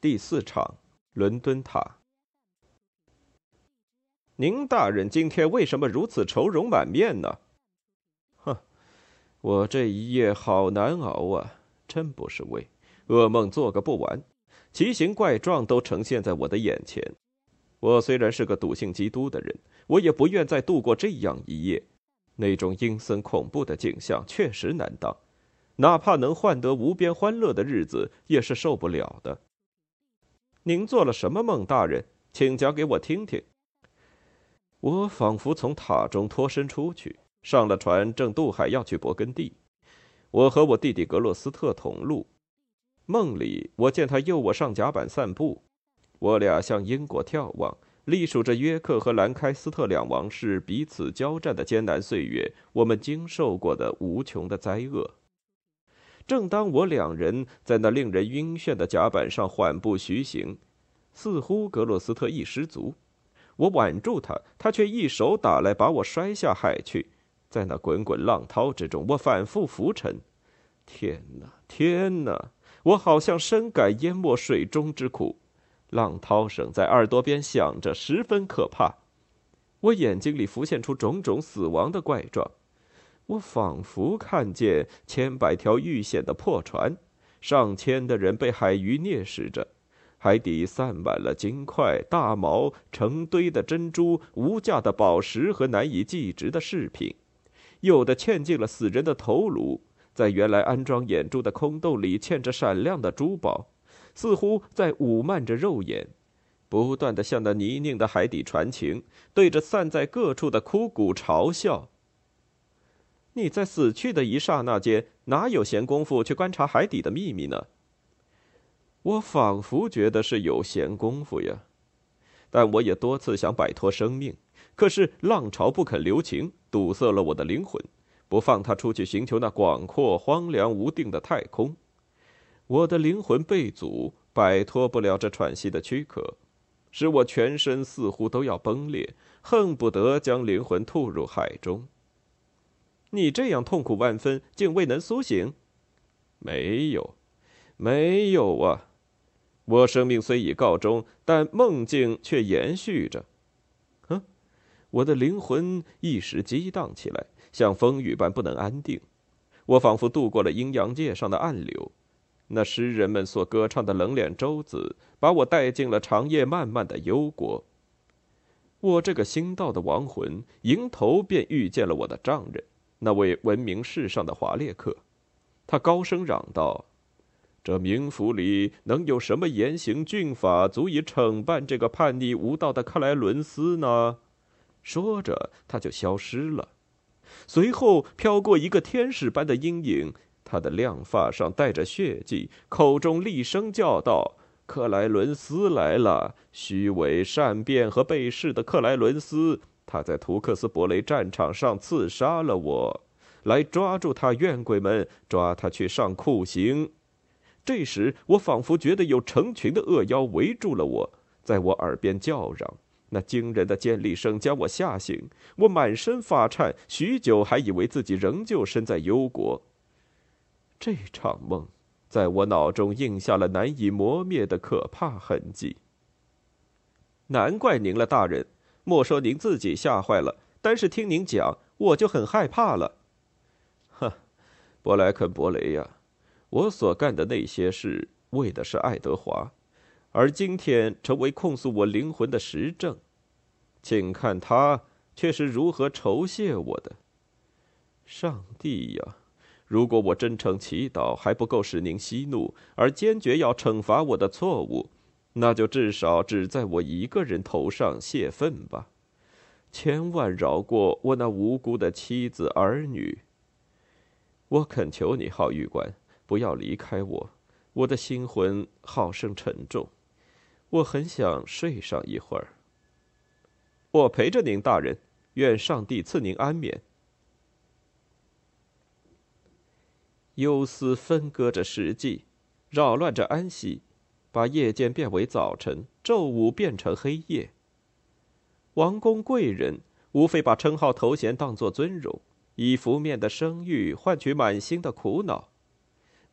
第4场，伦敦塔。您大人今天为什么如此愁容满面呢？哼，我这一夜好难熬啊，真不是味，噩梦做个不完，奇形怪状都呈现在我的眼前。我虽然是个笃信基督的人，我也不愿再度过这样一夜。那种阴森恐怖的景象确实难当，哪怕能换得无边欢乐的日子，也是受不了的。您做了什么梦，大人？请讲给我听听。我仿佛从塔中脱身出去，上了船，正渡海要去勃艮第。我和我弟弟格洛斯特同路。梦里，我见他诱我上甲板散步，我俩向英国眺望，历数着约克和兰开斯特两王室彼此交战的艰难岁月，我们经受过的无穷的灾厄。正当我两人在那令人晕眩的甲板上缓步徐行，似乎格洛斯特一失足，我挽住他，他却一手打来，把我摔下海去。在那滚滚浪涛之中，我反复浮沉。天哪，天哪！我好像深感淹没水中之苦，浪涛声在耳朵边响着，十分可怕。我眼睛里浮现出种种死亡的怪状。我仿佛看见千百条遇险的破船，上千的人被海鱼啮食着，海底散满了金块、大毛、成堆的珍珠、无价的宝石和难以计值的饰品，有的嵌进了死人的头颅，在原来安装眼珠的空洞里嵌着闪亮的珠宝，似乎在捂漫着肉眼，不断地向那泥泞的海底传情，对着散在各处的枯骨嘲笑。你在死去的一刹那间，哪有闲工夫去观察海底的秘密呢？我仿佛觉得是有闲工夫呀，但我也多次想摆脱生命，可是浪潮不肯留情，堵塞了我的灵魂，不放它出去寻求那广阔、荒凉、无定的太空。我的灵魂被阻，摆脱不了这喘息的躯壳，使我全身似乎都要崩裂，恨不得将灵魂吐入海中。你这样痛苦万分，竟未能苏醒？没有，没有啊！我生命虽已告终，但梦境却延续着。我的灵魂一时激荡起来，像风雨般不能安定。我仿佛渡过了阴阳界上的暗流，那诗人们所歌唱的冷脸舟子，把我带进了长夜漫漫的幽国。我这个新到的亡魂，迎头便遇见了我的丈人，那位闻名世上的华列克。他高声嚷道：这冥府里能有什么严刑峻法足以惩办这个叛逆无道的克莱伦斯呢？说着，他就消失了。随后飘过一个天使般的阴影，他的亮发上带着血迹，口中厉声叫道：克莱伦斯来了！虚伪、善变和背誓的克莱伦斯，他在图克斯伯雷战场上刺杀了我。来抓住他，怨鬼们，抓他去上酷刑。这时，我仿佛觉得有成群的恶妖围住了我，在我耳边叫嚷。那惊人的尖利声将我吓醒，我满身发颤，许久还以为自己仍旧身在幽国。这场梦在我脑中印下了难以磨灭的可怕痕迹。难怪您了，大人，莫说您自己吓坏了，单是听您讲，我就很害怕了。伯莱肯伯雷呀，我所干的那些事，为的是爱德华。而今天成为控诉我灵魂的实证，请看他却是如何酬谢我的。上帝呀，如果我真诚祈祷还不够使您息怒，而坚决要惩罚我的错误，那就至少只在我一个人头上泄愤吧，千万饶过我那无辜的妻子儿女。我恳求你，郝狱官，不要离开我，我的心魂好生沉重。我很想睡上一会儿。我陪着您，大人，愿上帝赐您安眠。忧思分割着时际，扰乱着安息，把夜间变为早晨，昼午变成黑夜。王公贵人无非把称号头衔当作尊荣，以浮面的声誉换取满心的苦恼。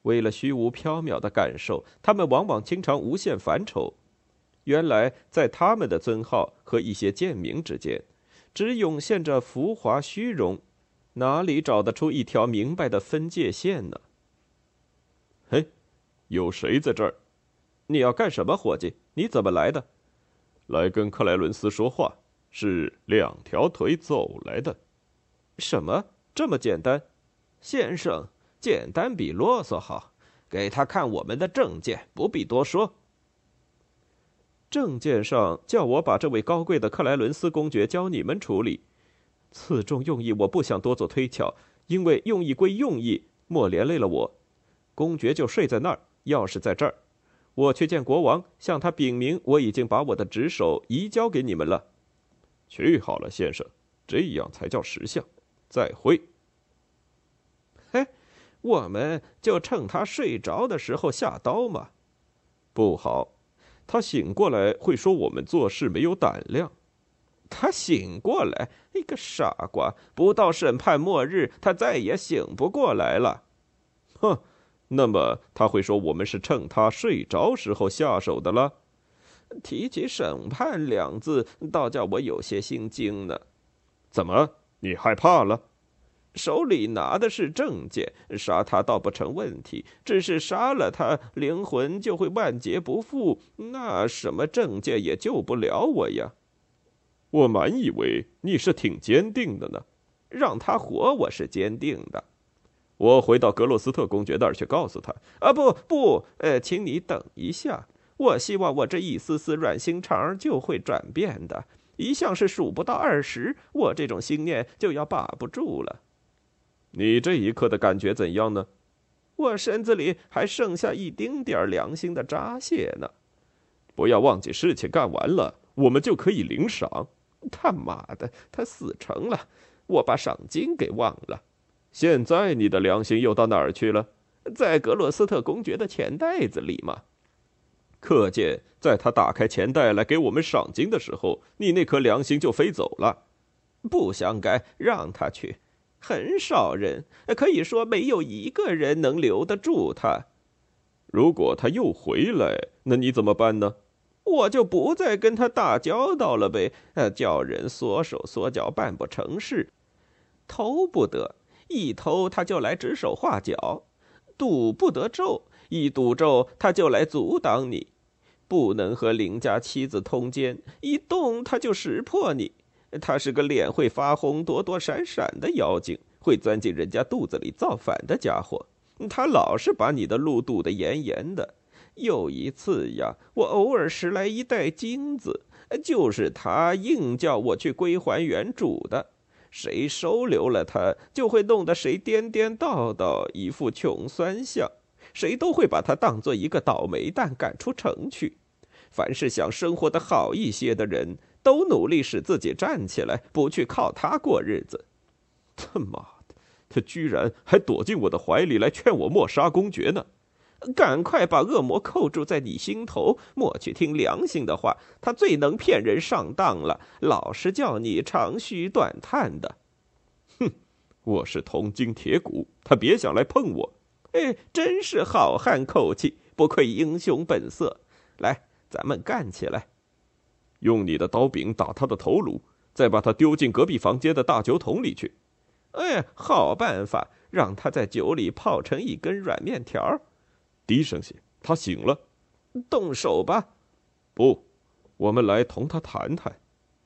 为了虚无缥缈的感受，他们往往经常无限烦愁。原来，在他们的尊号和一些贱民之间，只涌现着浮华虚荣，哪里找得出一条明白的分界线呢？嘿，有谁在这儿？你要干什么，伙计？你怎么来的？ 来跟克莱伦斯说话，是2条腿走来的。 什么？这么简单？先生，简单比啰嗦好。给他看我们的证件，不必多说。证件上叫我把这位高贵的克莱伦斯公爵交你们处理。此中用意我不想多做推敲，因为用意归用意，莫连累了我。公爵就睡在那儿，钥匙在这儿。我去见国王，向他禀明我已经把我的职守移交给你们了。 去好了，先生，这样才叫识相。再会。 嘿，我们就趁他睡着的时候下刀嘛。 不好，他醒过来会说我们做事没有胆量。 他醒过来，一个傻瓜！不到审判末日，他再也醒不过来了。 哼，那么他会说我们是趁他睡着时候下手的了。 提起审判2字，倒叫我有些心惊呢。 怎么，你害怕了？ 手里拿的是证件，杀他倒不成问题，只是杀了他，灵魂就会万劫不复，那什么证件也救不了我呀。 我满以为你是挺坚定的呢。 让他活，我是坚定的。 我回到格洛斯特公爵那儿去告诉他。 不，请你等一下。我希望我这一丝丝软心肠就会转变的。一向是数不到20，我这种心念就要把不住了。 你这一刻的感觉怎样呢？ 我身子里还剩下一丁点良心的扎屑呢。 不要忘记，事情干完了，我们就可以领赏。 他妈的，他死成了，我把赏金给忘了。 现在你的良心又到哪儿去了？ 在格洛斯特公爵的钱袋子里嘛。 可见，在他打开钱袋来给我们赏金的时候，你那颗良心就飞走了。 不相干，让他去。很少人，可以说没有一个人能留得住他。 如果他又回来，那你怎么办呢？ 我就不再跟他打交道了呗。叫人缩手缩脚办不成事，偷不得，一偷他就来指手画脚；赌不得咒，一赌咒他就来阻挡你；不能和邻家妻子通奸，一动他就识破你。他是个脸会发红、躲躲闪闪的妖精，会钻进人家肚子里造反的家伙。他老是把你的路堵得严严的。有一次呀，我偶尔拾来一袋金子，就是他硬叫我去归还原主的。谁收留了他，就会弄得谁颠颠倒倒，一副穷酸相。谁都会把他当作一个倒霉蛋赶出城去。凡是想生活得好一些的人，都努力使自己站起来，不去靠他过日子。 他妈的，他居然还躲进我的怀里来劝我莫杀公爵呢！ 赶快把恶魔扣住在你心头，莫去听良心的话，他最能骗人上当了，老是叫你长吁短叹的。 哼，我是铜筋铁骨，他别想来碰我。 真是好汉口气，不愧英雄本色。来，咱们干起来。 用你的刀柄打他的头颅，再把他丢进隔壁房间的大酒桶里去。 好办法，让他在酒里泡成一根软面条。 低声些，他醒了。 动手吧。 不，我们来同他谈谈。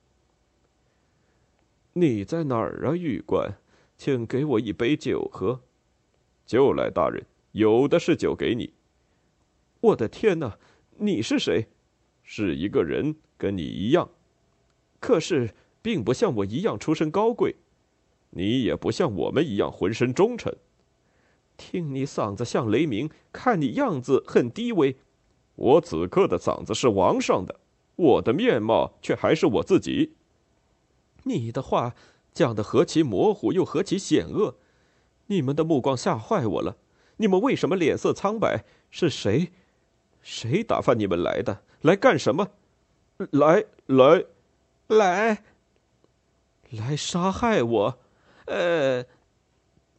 你在哪儿啊，狱官？请给我一杯酒喝。 就来，大人，有的是酒给你。 我的天哪，你是谁？ 是一个人，跟你一样。 可是并不像我一样出身高贵。 你也不像我们一样浑身忠诚。 听你嗓子像雷鸣，看你样子很低微。 我此刻的嗓子是王上的，我的面貌却还是我自己。 你的话讲得何其模糊，又何其险恶！你们的目光吓坏我了。你们为什么脸色苍白？是谁打发你们来的？来干什么？来杀害我？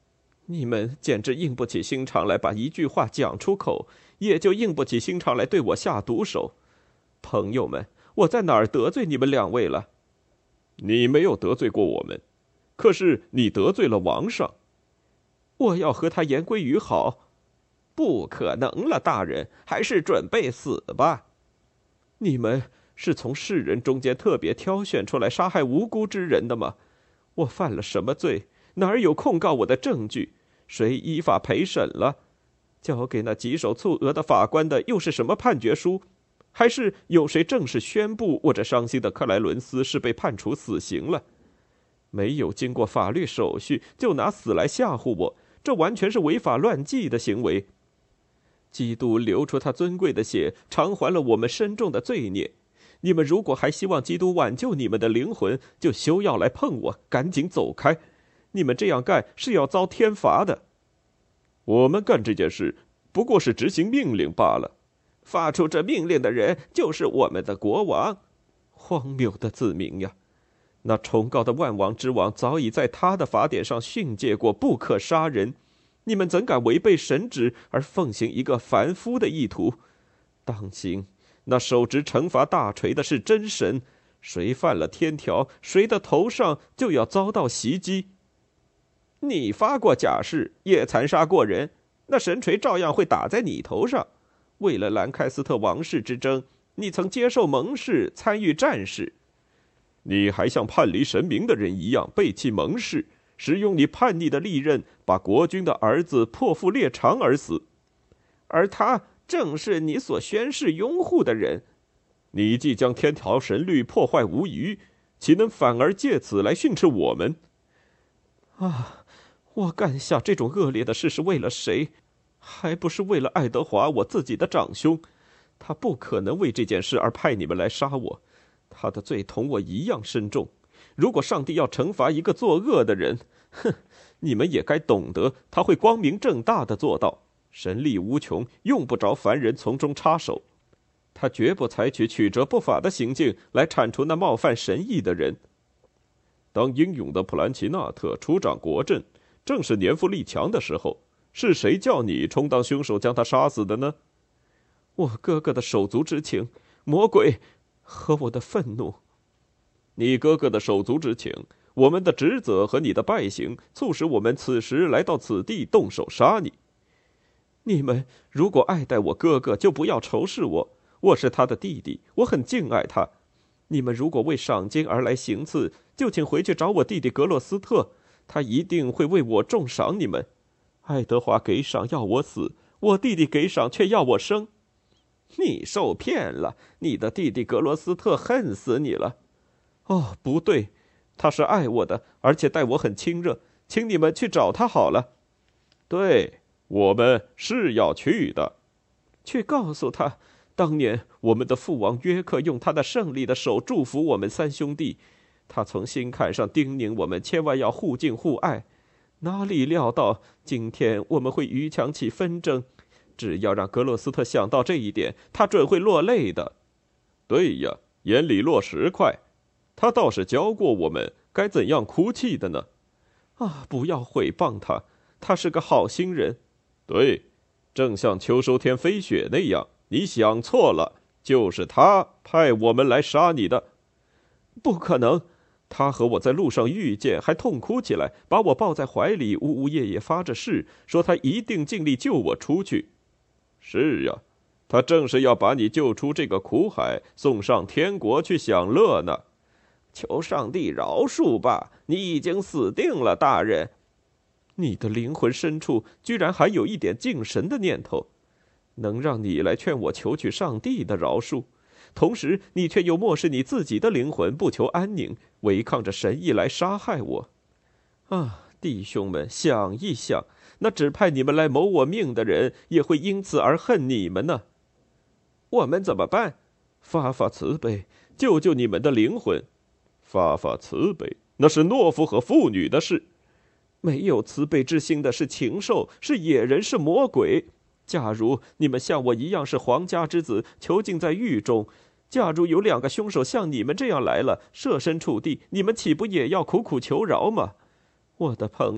你们简直硬不起心肠来把一句话讲出口，也就硬不起心肠来对我下毒手。朋友们，我在哪儿得罪你们两位了？ 你没有得罪过我们，可是你得罪了王上。 我要和他言归于好。不可能了，大人，还是准备死吧。你们是从世人中间特别挑选出来杀害无辜之人的吗？我犯了什么罪？哪儿有控告我的证据？谁依法陪审了？交给那棘手蹙额的法官的又是什么判决书？还是有谁正式宣布我这伤心的克莱伦斯是被判处死刑了？没有经过法律手续就拿死来吓唬我，这完全是违法乱纪的行为。基督流出他尊贵的血，偿还了我们深重的罪孽。你们如果还希望基督挽救你们的灵魂，就休要来碰我，赶紧走开。你们这样干是要遭天罚的。 我们干这件事不过是执行命令罢了。 发出这命令的人就是我们的国王。荒谬的自明呀！那崇高的万王之王早已在他的法典上训诫过不可杀人。你们怎敢违背神旨而奉行一个凡夫的意图？当心，那手执惩罚大锤的是真神，谁犯了天条，谁的头上就要遭到袭击。你发过假誓，也残杀过人，那神锤照样会打在你头上。为了兰开斯特王室之争，你曾接受盟誓，参与战事。 你还像叛离神明的人一样背弃盟誓，使用你叛逆的利刃，把国君的儿子破腹裂肠而死。 而他正是你所宣誓拥护的人。 你既将天条神律破坏无余，岂能反而借此来训斥我们？ 啊，我干下这种恶劣的事是为了谁？还不是为了爱德华，我自己的长兄。他不可能为这件事而派你们来杀我，他的罪同我一样深重。如果上帝要惩罚一个作恶的人，哼，你们也该懂得，他会光明正大的做到。神力无穷，用不着凡人从中插手。他绝不采取曲折不法的行径来铲除那冒犯神意的人。 当英勇的普兰奇纳特出掌国阵，正是年富力强的时候，是谁叫你充当凶手将他杀死的呢？ 我哥哥的手足之情，魔鬼和我的愤怒。 你哥哥的手足之情，我们的职责和你的败行，促使我们此时来到此地动手杀你。 你们如果爱戴我哥哥，就不要仇视我。我是他的弟弟，我很敬爱他。你们如果为赏金而来行刺，就请回去找我弟弟格洛斯特，他一定会为我重赏你们。爱德华给赏要我死，我弟弟给赏却要我生。你受骗了，你的弟弟格罗斯特恨死你了。哦，不对，他是爱我的，而且待我很亲热，请你们去找他好了。 对，我们是要去的。 去告诉他，当年我们的父王约克用他的胜利的手祝福我们三兄弟，他从心坎上叮咛我们千万要互敬互爱。哪里料到今天我们会余强起纷争？只要让格洛斯特想到这一点，他准会落泪的。 对呀，眼里落石块。他倒是教过我们该怎样哭泣的呢。 啊，不要毁谤他，他是个好心人。 对，正像秋收天飞雪那样，你想错了，就是他派我们来杀你的。 不可能，他和我在路上遇见，还痛哭起来，把我抱在怀里，呜呜咽咽发着誓，说他一定尽力救我出去。 是呀，他正是要把你救出这个苦海，送上天国去享乐呢。 求上帝饶恕吧，你已经死定了，大人。你的灵魂深处居然还有一点敬神的念头，能让你来劝我求取上帝的饶恕，同时你却又漠视你自己的灵魂，不求安宁，违抗着神意来杀害我。啊，弟兄们，想一想，那指派你们来谋我命的人，也会因此而恨你们呢。我们怎么办？发发慈悲，救救你们的灵魂。 发发慈悲，那是懦夫和妇女的事。 没有慈悲之心的是禽兽，是野人，是魔鬼。假如你们像我一样是皇家之子，囚禁在狱中，假如有2个凶手像你们这样来了，设身处地，你们岂不也要苦苦求饶吗？我的朋友，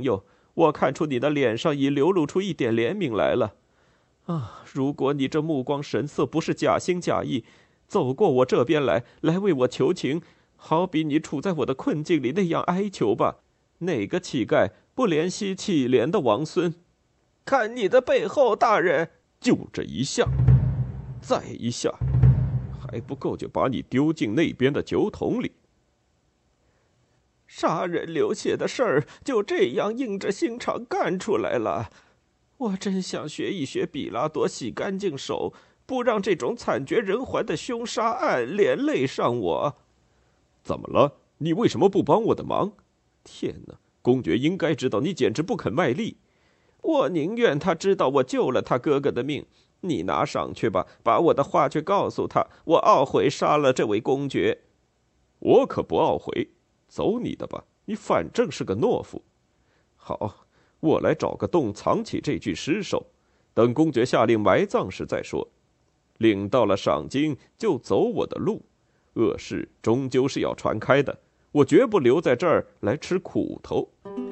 我看出你的脸上已流露出一点怜悯来了。啊，如果你这目光神色不是假心假意，走过我这边来为我求情，好比你处在我的困境里那样哀求吧。哪个乞丐不怜惜弃怜的王孙？看你的背后，大人！ 就这一下，再一下，还不够就把你丢进那边的酒桶里。 杀人流血的事儿就这样硬着心肠干出来了。我真想学一学比拉多，洗干净手，不让这种惨绝人寰的凶杀案连累上我。 怎么了？你为什么不帮我的忙？天哪，公爵应该知道你简直不肯卖力。 我宁愿他知道我救了他哥哥的命。你拿上去吧，把我的话去告诉他，我懊悔杀了这位公爵。 我可不懊悔，走你的吧，你反正是个懦夫。好，我来找个洞藏起这具尸首，等公爵下令埋葬时再说。领到了赏金就走我的路，恶事终究是要传开的，我绝不留在这儿来吃苦头。